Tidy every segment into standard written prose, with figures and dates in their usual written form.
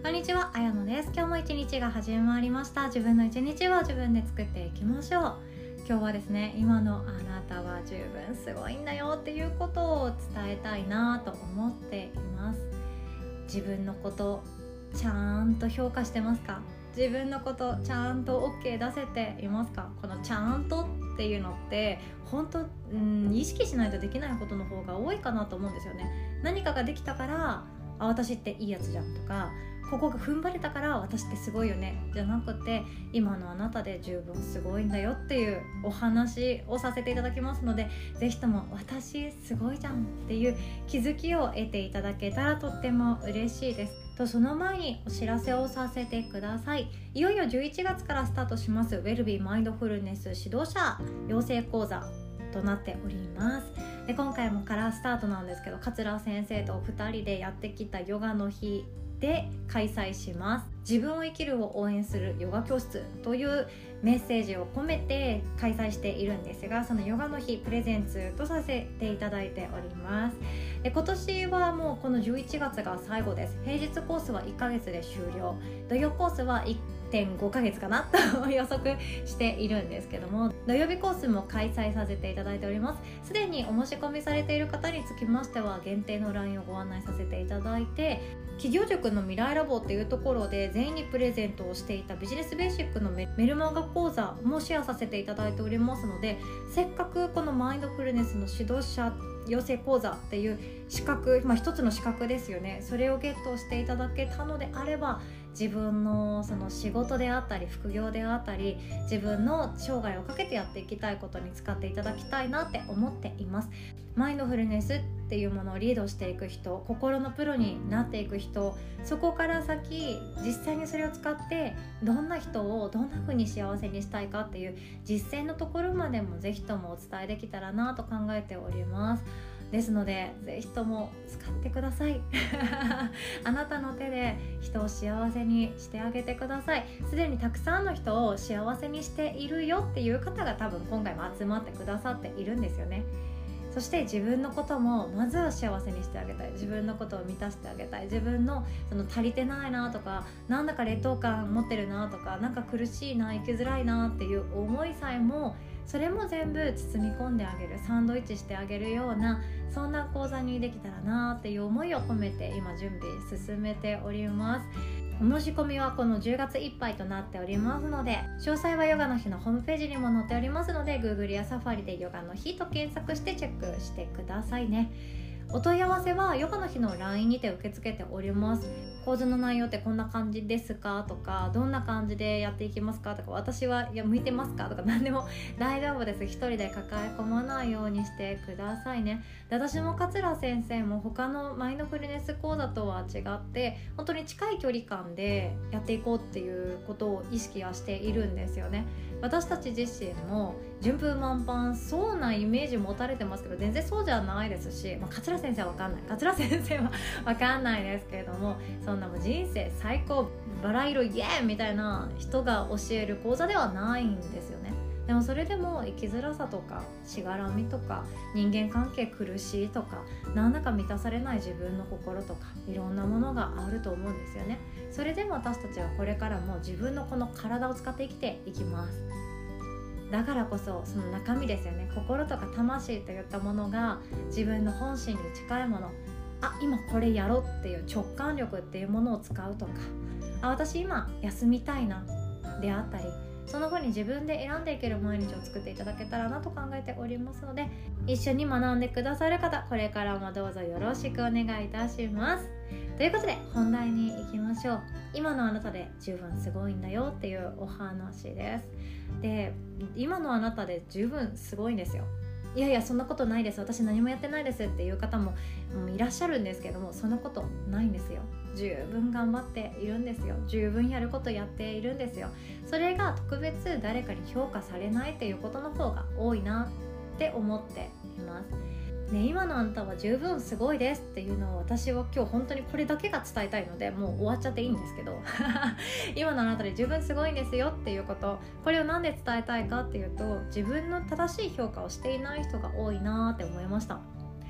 こんにちは、あやのです。今日も一日が始まりました。自分の一日は自分で作っていきましょう。今日はですね、今のあなたは十分すごいんだよっていうことを伝えたいなと思っています。自分のことちゃんと評価してますか？自分のことちゃんと OK 出せていますか？このちゃんとっていうのって本当、意識しないとできないことの方が多いかなと思うんですよね。何かができたから私っていいやつじゃんとか、ここが踏ん張れたから私ってすごいよねじゃなくて、今のあなたで十分すごいんだよっていうお話をさせていただきますので、ぜひとも私すごいじゃんっていう気づきを得ていただけたらとっても嬉しいです。とその前にお知らせをさせてください。いよいよ11月からスタートしますウェルビーマインドフルネス指導者養成講座となっております。で今回もからスタートなんですけど、桂先生と2人でやってきたヨガの日で開催します。自分を生きるを応援するヨガ教室というメッセージを込めて開催しているんですが、そのヨガの日プレゼンツとさせていただいております。で今年はもうこの11月が最後です。平日コースは1ヶ月で終了、土曜コースは1.5ヶ月かなと予測しているんですけども、土曜日コースも開催させていただいております。すでにお申し込みされている方につきましては限定の LINE をご案内させていただいて、企業塾の未来ラボっていうところで全員にプレゼントをしていたビジネスベーシックのメルマガ講座もシェアさせていただいておりますので、せっかくこのマインドフルネスの指導者養成講座っていう資格、一つの資格ですよね。それをゲットしていただけたのであれば、自分のその仕事であったり副業であったり、自分の生涯をかけてやっていきたいことに使っていただきたいなって思っています。マインドフルネスっていうものをリードしていく人、心のプロになっていく人、そこから先実際にそれを使ってどんな人をどんな風に幸せにしたいかっていう実践のところまでもぜひともお伝えできたらなと考えております。ですのでぜひとも使ってくださいあなたの手で人を幸せにしてあげてください。すでにたくさんの人を幸せにしているよっていう方が多分今回も集まってくださっているんですよね。そして自分のこともまずは幸せにしてあげたい、自分のことを満たしてあげたい、自分のその足りてないなとか、なんだか劣等感持ってるなとか、なんか苦しいな、生きづらいなっていう思いさえも、それも全部包み込んであげる、サンドイッチしてあげるような、そんな講座にできたらなっていう思いを込めて今準備進めております。お申し込みはこの10月いっぱいとなっておりますので、詳細はヨガの日のホームページにも載っておりますので、 Google や Safari でヨガの日と検索してチェックしてくださいね。お問い合わせはヨガの日の LINE にて受け付けております。講座の内容ってこんな感じですかとか、どんな感じでやっていきますかとか、私はいや向いてますかとか、何でも大丈夫です。一人で抱え込まないようにしてくださいね。で私も桂先生も他のマインドフルネス講座とは違って本当に近い距離感でやっていこうっていうことを意識はしているんですよね。私たち自身も順風満帆そうなイメージ持たれてますけど、全然そうじゃないですし、桂先生は分かんない、桂先生は分かんないですけれども、そんなもう人生最高バラ色イエーイみたいな人が教える講座ではないんですよね。でもそれでも生きづらさとかしがらみとか人間関係苦しいとか、なんだか満たされない自分の心とか、いろんなものがあると思うんですよね。それでも私たちはこれからも自分のこの体を使って生きていきます。だからこそその中身ですよね、心とか魂といったものが自分の本心に近いもの、今これやろうっていう直感力っていうものを使うとか、私今休みたいなであったり、その風に自分で選んでいける毎日を作っていただけたらなと考えておりますので、一緒に学んでくださる方、これからもどうぞよろしくお願いいたします。ということで本題に行きましょう。今のあなたで十分すごいんだよっていうお話です。で今のあなたで十分すごいんですよ。いやいやそんなことないです、私何もやってないですっていう方もいらっしゃるんですけども、そんなことないんですよ。十分頑張っているんですよ。十分やることやっているんですよ。それが特別誰かに評価されないっていうことの方が多いなって思っていますね。今のあなたは十分すごいですっていうのを私は今日本当にこれだけが伝えたいので、もう終わっちゃっていいんですけど今のあなたで十分すごいんですよっていうこと、これをなんで伝えたいかっていうと、自分の正しい評価をしていない人が多いなって思いました。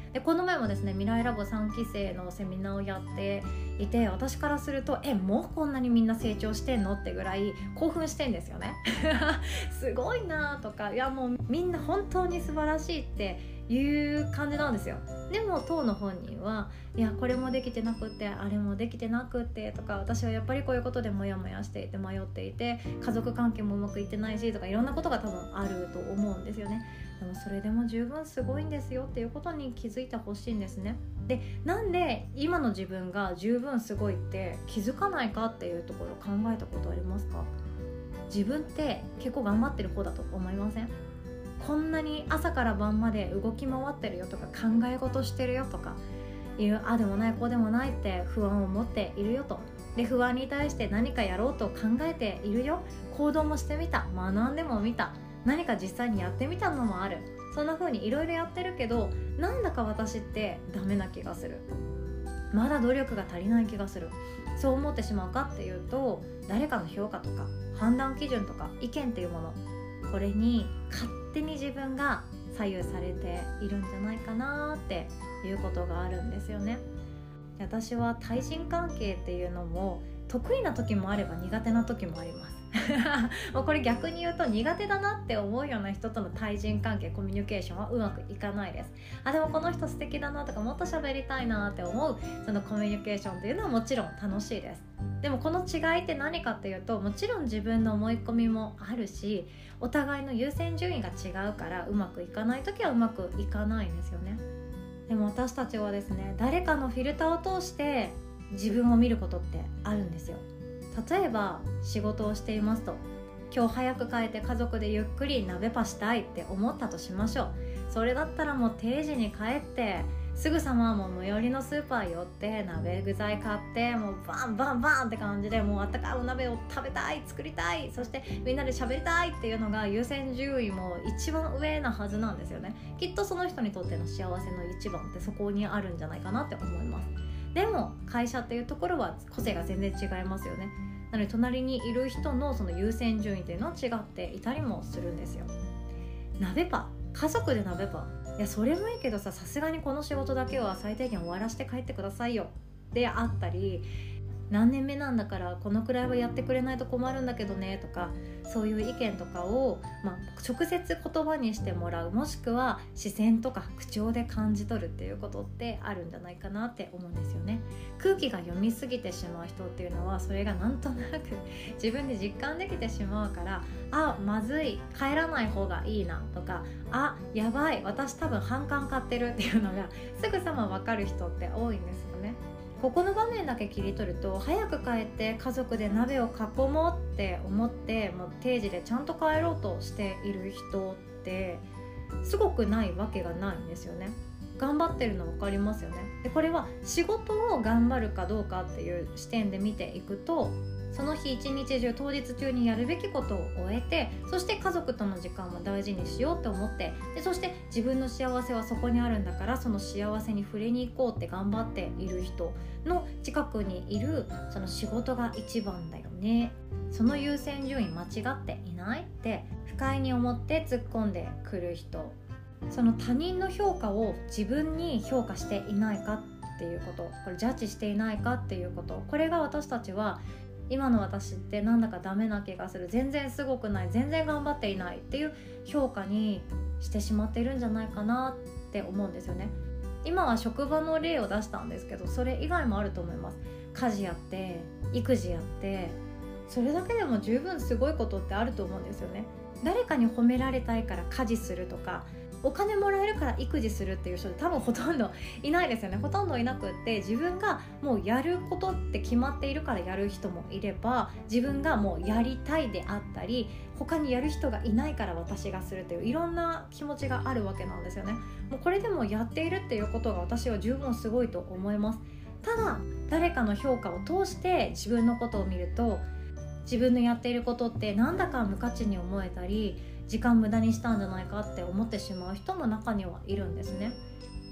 でこの前もですね、未来ラボ3期生のセミナーをやっていて、私からするともうこんなにみんな成長してんのってぐらい興奮してんですよねすごいなとか、いやもうみんな本当に素晴らしいっていう感じなんですよ。でも当の本人はいやこれもできてなくってあれもできてなくってとか、私はやっぱりこういうことでモヤモヤしていて迷っていて、家族関係もうまくいってないしとか、いろんなことが多分あると思うんですよね。でもそれでも十分すごいんですよっていうことに気づいてほしいんですね。でなんで今の自分が十分すごいって気づかないかっていうところ考えたことありますか？自分って結構頑張ってる方だと思いません？こんなに朝から晩まで動き回ってるよとか、考え事してるよとかいうあでもないこうでもないって不安を持っているよと。で不安に対して何かやろうと考えているよ。行動もしてみた、学んでもみた、何か実際にやってみたのもある。そんな風にいろいろやってるけど、なんだか私ってダメな気がする、まだ努力が足りない気がする、そう思ってしまうかっていうと、誰かの評価とか判断基準とか意見っていうもの、これに勝手に自分が左右されているんじゃないかなっていうことがあるんですよね。私は対人関係っていうのも得意な時もあれば苦手な時もありますもうこれ逆に言うと、苦手だなって思うような人との対人関係コミュニケーションはうまくいかないです。でもこの人素敵だなとか、もっと喋りたいなって思うそのコミュニケーションっていうのはもちろん楽しいです。でもこの違いって何かっていうと、もちろん自分の思い込みもあるし、お互いの優先順位が違うからうまくいかない時はうまくいかないんですよね。でも私たちはですね、誰かのフィルターを通して自分を見ることってあるんですよ。例えば仕事をしていますと、今日早く帰って家族でゆっくり鍋パしたいって思ったとしましょう。それだったらもう定時に帰ってすぐさまもう最寄りのスーパー寄って鍋具材買って、もうバンバンバンって感じで、もうあったかいお鍋を食べたい、作りたい、そしてみんなで喋りたいっていうのが優先順位も一番上なはずなんですよね。きっとその人にとっての幸せの一番ってそこにあるんじゃないかなって思います。でも会社っていうところは個性が全然違いますよね。なので隣にいる人のその優先順位っていうのは違っていたりもするんですよ。鍋パ、家族で鍋パ、いやそれもいいけどさすがにこの仕事だけは最低限終わらせて帰ってくださいよであったり、何年目なんだからこのくらいはやってくれないと困るんだけどねとか、そういう意見とかを、直接言葉にしてもらう、もしくは視線とか口調で感じ取るっていうことってあるんじゃないかなって思うんですよね。空気が読みすぎてしまう人っていうのは、それがなんとなく自分で実感できてしまうから、まずい、帰らない方がいいなとか、やばい、私多分反感買ってるっていうのがすぐさま分かる人って多いんですよね。ここの場面だけ切り取ると、早く帰って家族で鍋を囲もうって思ってもう定時でちゃんと帰ろうとしている人ってすごくないわけがないんですよね。頑張ってるの分かりますよね。でこれは仕事を頑張るかどうかっていう視点で見ていくと、その日一日中当日中にやるべきことを終えて、そして家族との時間も大事にしようって思って、でそして自分の幸せはそこにあるんだから、その幸せに触れに行こうって頑張っている人の近くにいる、その仕事が一番だよね、その優先順位間違っていないって不快に思って突っ込んでくる人、その他人の評価を自分に評価していないかっていうこと、これジャッジしていないかっていうこと、これが私たちは今の私ってなんだかダメな気がする、全然すごくない、全然頑張っていないっていう評価にしてしまっているんじゃないかなって思うんですよね。今は職場の例を出したんですけど、それ以外もあると思います。家事やって育児やって、それだけでも十分すごいことってあると思うんですよね。誰かに褒められたいから家事するとか、お金もらえるから育児するっていう人多分ほとんどいないですよね。ほとんどいなくって、自分がもうやることって決まっているからやる人もいれば、自分がもうやりたいであったり、他にやる人がいないから私がするといういろんな気持ちがあるわけなんですよね。もうこれでもやっているっていうことが私は十分すごいと思います。ただ誰かの評価を通して自分のことを見ると、自分のやっていることってなんだか無価値に思えたり、時間無駄にしたんじゃないかって思ってしまう人も中にはいるんですね。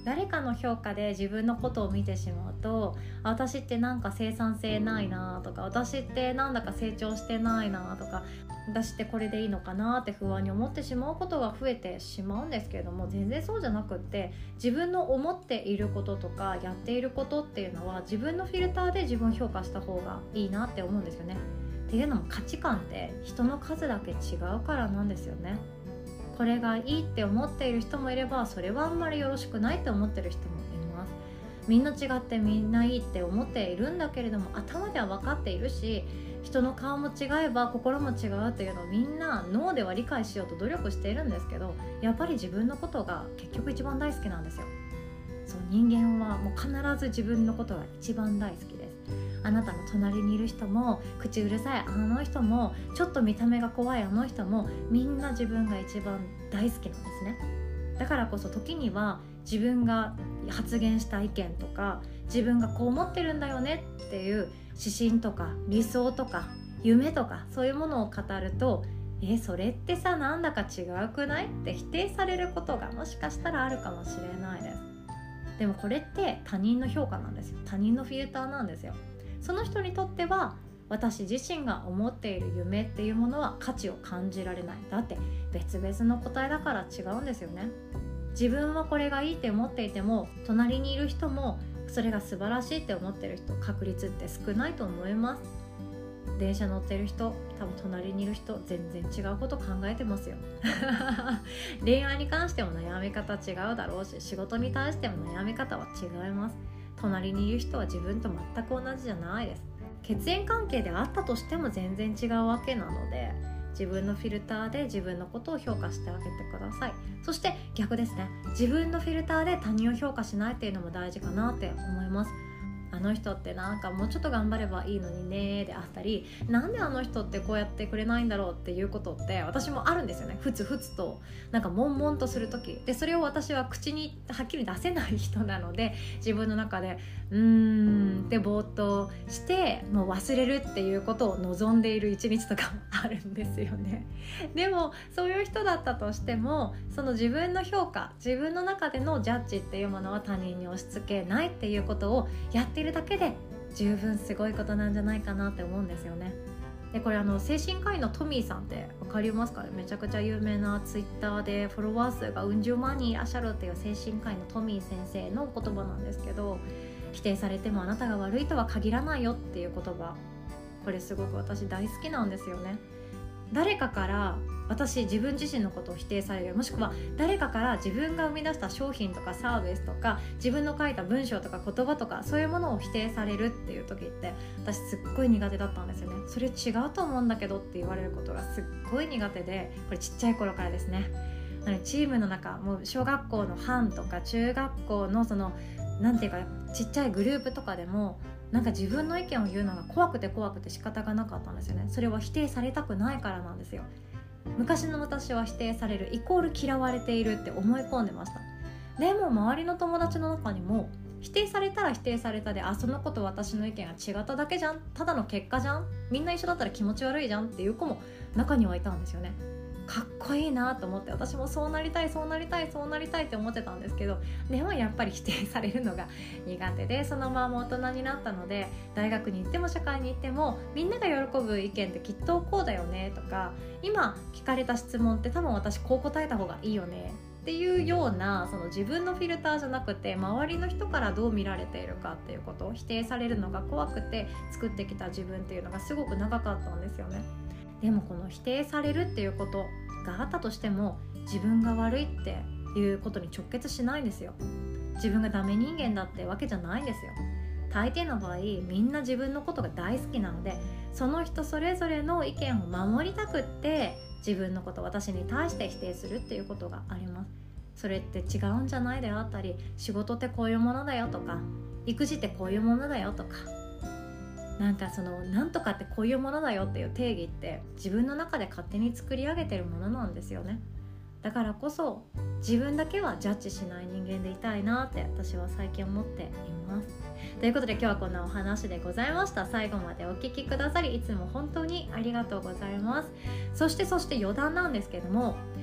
誰かの評価で自分のことを見てしまうと、私ってなんか生産性ないなとか、私ってなんだか成長してないなとか、私ってこれでいいのかなって不安に思ってしまうことが増えてしまうんですけれども、全然そうじゃなくって、自分の思っていることとかやっていることっていうのは自分のフィルターで自分を評価した方がいいなって思うんですよね。っていうのも価値観って人の数だけ違うからなんですよね。これがいいって思っている人もいれば、それはあんまりよろしくないって思ってる人もいます。みんな違ってみんないいって思っているんだけれども、頭では分かっているし、人の顔も違えば心も違うっていうのをみんな脳では理解しようと努力しているんですけど、やっぱり自分のことが結局一番大好きなんですよ。そう、人間はもう必ず自分のことが一番大好きです。あなたの隣にいる人も、口うるさいあの人も、ちょっと見た目が怖いあの人も、みんな自分が一番大好きなんですね。だからこそ時には自分が発言した意見とか、自分がこう思ってるんだよねっていう指針とか理想とか夢とか、そういうものを語ると、それってさ、なんだか違うくないって否定されることがもしかしたらあるかもしれないです。でもこれって他人の評価なんですよ。他人のフィルターなんですよ。その人にとっては私自身が思っている夢っていうものは価値を感じられない。だって別々の答えだから違うんですよね。自分はこれがいいって思っていても、隣にいる人もそれが素晴らしいって思ってる人、確率って少ないと思います。電車乗ってる人、多分隣にいる人全然違うこと考えてますよ恋愛に関しても悩み方違うだろうし、仕事に対しても悩み方は違います。隣にいる人は自分と全く同じじゃないです。血縁関係であったとしても全然違うわけなので、自分のフィルターで自分のことを評価してあげてください。そして逆ですね、自分のフィルターで他人を評価しないっていうのも大事かなって思います。あの人ってなんかもうちょっと頑張ればいいのにねであったり、なんであの人ってこうやってくれないんだろうっていうことって私もあるんですよね。ふつふつとなんか悶々とする時で、それを私は口にはっきり出せない人なので、自分の中でってぼーっとしてもう忘れるっていうことを望んでいる一日とかもあるんですよね。でもそういう人だったとしても、その自分の評価、自分の中でのジャッジっていうものは他人に押し付けないっていうことをやっているだけで十分すごいことなんじゃないかなって思うんですよね。でこれ精神科医のトミーさんって分かりますかね。めちゃくちゃ有名なツイッターでフォロワー数がうん十万人いらっしゃるっていう精神科医のトミー先生の言葉なんですけど、否定されてもあなたが悪いとは限らないよっていう言葉、これすごく私大好きなんですよね。誰かから自分自身のことを否定される、もしくは誰かから自分が生み出した商品とかサービスとか自分の書いた文章とか言葉とか、そういうものを否定されるっていう時って私すっごい苦手だったんですよね。それ違うと思うんだけどって言われることがすっごい苦手で、これちっちゃい頃からですね。チームの中、もう小学校の班とか中学校のそのなんていうかちっちゃいグループとかでも、なんか自分の意見を言うのが怖くて仕方がなかったんですよね。それは否定されたくないからなんですよ。昔の私は否定されるイコール嫌われているって思い込んでました。でも周りの友達の中にも否定されたら否定されたで、その子と私の意見が違っただけじゃん、ただの結果じゃん、みんな一緒だったら気持ち悪いじゃんっていう子も中にはいたんですよね。かっこいいなと思って、私もそうなりたいって思ってたんですけど、でもやっぱり否定されるのが苦手で、そのまま大人になったので、大学に行っても社会に行ってもみんなが喜ぶ意見ってきっとこうだよねとか、今聞かれた質問って多分私こう答えた方がいいよねっていうような、その自分のフィルターじゃなくて周りの人からどう見られているかっていうことを否定されるのが怖くて作ってきた自分っていうのがすごく長かったんですよね。でもこの否定されるっていうことがあったとしても、自分が悪いっていうことに直結しないんですよ。自分がダメ人間だってわけじゃないんですよ。大抵の場合みんな自分のことが大好きなので、その人それぞれの意見を守りたくって自分のこと、私に対して否定するっていうことがあります。それって違うんじゃないであったり、仕事ってこういうものだよとか、育児ってこういうものだよとか、なんかそのなんとかってこういうものだよっていう定義って自分の中で勝手に作り上げてるものなんですよね。だからこそ自分だけはジャッジしない人間でいたいなって私は最近思っています。ということで今日はこんなお話でございました。最後までお聞きくださりいつも本当にありがとうございます。そして余談なんですけども、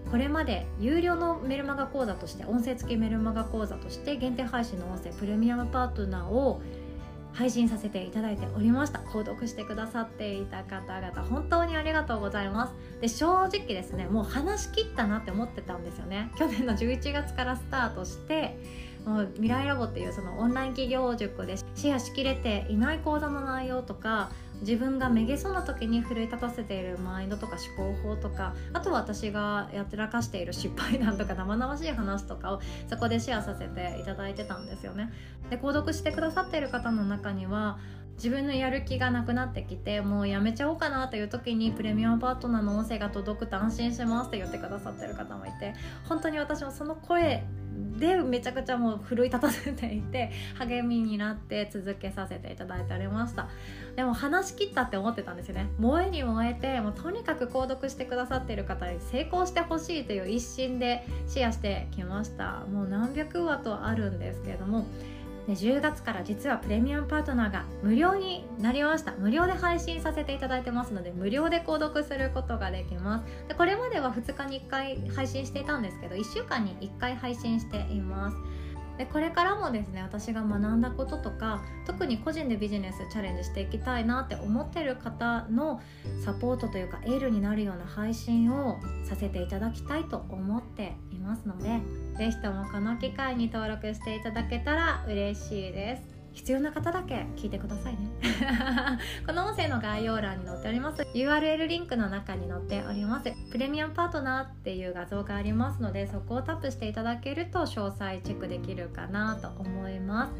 これまで有料のメルマガ講座として、音声付きメルマガ講座として限定配信の音声プレミアムパートナーを配信させていただいておりました。購読してくださっていた方々本当にありがとうございます。で、正直ですね、もう話し切ったなって思ってたんですよね。去年の11月からスタートして、もう未来ラボっていうそのオンライン企業塾でシェアしきれていない講座の内容とか、自分がめげそうな時に奮い立たせているマインドとか思考法とか、あとは私がやってらかしている失敗談とか生々しい話とかをそこでシェアさせていただいてたんですよね。で、購読してくださっている方の中には、自分のやる気がなくなってきてもうやめちゃおうかなという時にプレミアムパートナーの音声が届くと安心しますって言ってくださっている方もいて、本当に私もその声でめちゃくちゃもう奮い立たせていて励みになって続けさせていただいておりました。でも話し切ったって思ってたんですよね。燃えに燃えて、もうとにかく購読してくださっている方に成功してほしいという一心でシェアしてきました。もう何百話とあるんですけれども、10月から実はプレミアムパートナーが無料になりました。無料で配信させていただいてますので、無料で購読することができます。で、これまでは2日に1回配信していたんですけど、1週間に1回配信しています。で、これからもですね、私が学んだこととか、特に個人でビジネスチャレンジしていきたいなって思ってる方のサポートというかエールになるような配信をさせていただきたいと思っていますので、ぜひともこの機会に登録していただけたら嬉しいです。必要な方だけ聞いてくださいねこの音声の概要欄に載っております URL リンクの中に載っておりますプレミアムパートナーっていう画像がありますので、そこをタップしていただけると詳細チェックできるかなと思います。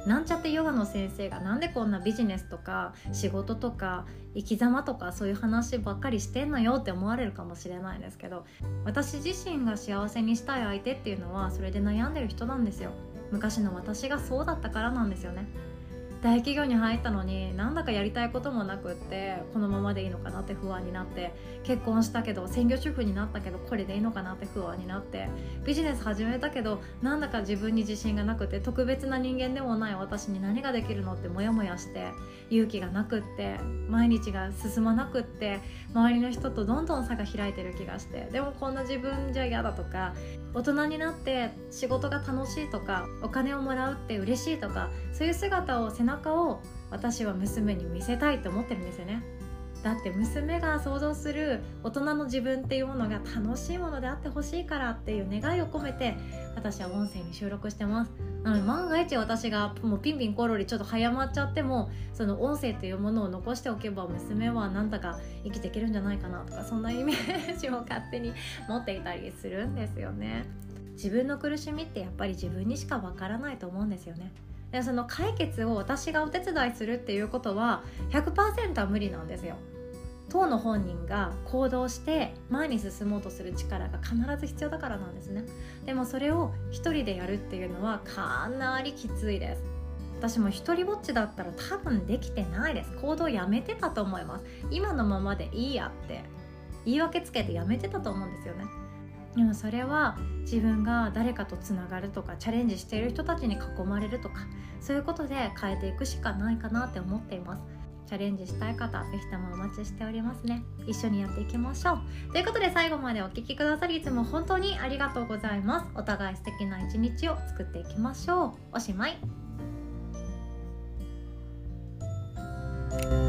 なんちゃってヨガの先生がなんでこんなビジネスとか仕事とか生き様とかそういう話ばっかりしてんのよって思われるかもしれないですけど、私自身が幸せにしたい相手っていうのはそれで悩んでる人なんですよ。昔の私がそうだったからなんですよね。大企業に入ったのになんだかやりたいこともなくって、このままでいいのかなって不安になって、結婚したけど専業主婦になったけどこれでいいのかなって不安になって、ビジネス始めたけどなんだか自分に自信がなくて、特別な人間でもない私に何ができるのってモヤモヤして、勇気がなくって毎日が進まなくって、周りの人とどんどん差が開いてる気がして、でもこんな自分じゃ嫌だとか、大人になって仕事が楽しいとかお金をもらうって嬉しいとか、そういう姿を背中を私は娘に見せたいと思ってるんですよね。だって娘が想像する大人の自分っていうものが楽しいものであってほしいからっていう願いを込めて私は音声に収録してます。なので万が一私がもうピンピンコロリちょっと早まっちゃっても、その音声っていうものを残しておけば娘はなんだか生きていけるんじゃないかなとか、そんなイメージを勝手に持っていたりするんですよね。自分の苦しみってやっぱり自分にしかわからないと思うんですよね。で、その解決を私がお手伝いするっていうことは 100% は無理なんですよ。当の本人が行動して前に進もうとする力が必ず必要だからなんですね。でもそれを一人でやるっていうのはかなりきついです。私も一人ぼっちだったら多分できてないです。行動やめてたと思います。今のままでいいやって言い訳つけてやめてたと思うんですよね。でもそれは自分が誰かとつながるとかチャレンジしている人たちに囲まれるとか、そういうことで変えていくしかないかなって思っています。チャレンジしたい方、ぜひともお待ちしておりますね。一緒にやっていきましょう。ということで最後までお聞きくださりいつも本当にありがとうございます。お互い素敵な一日を作っていきましょう。おしまい。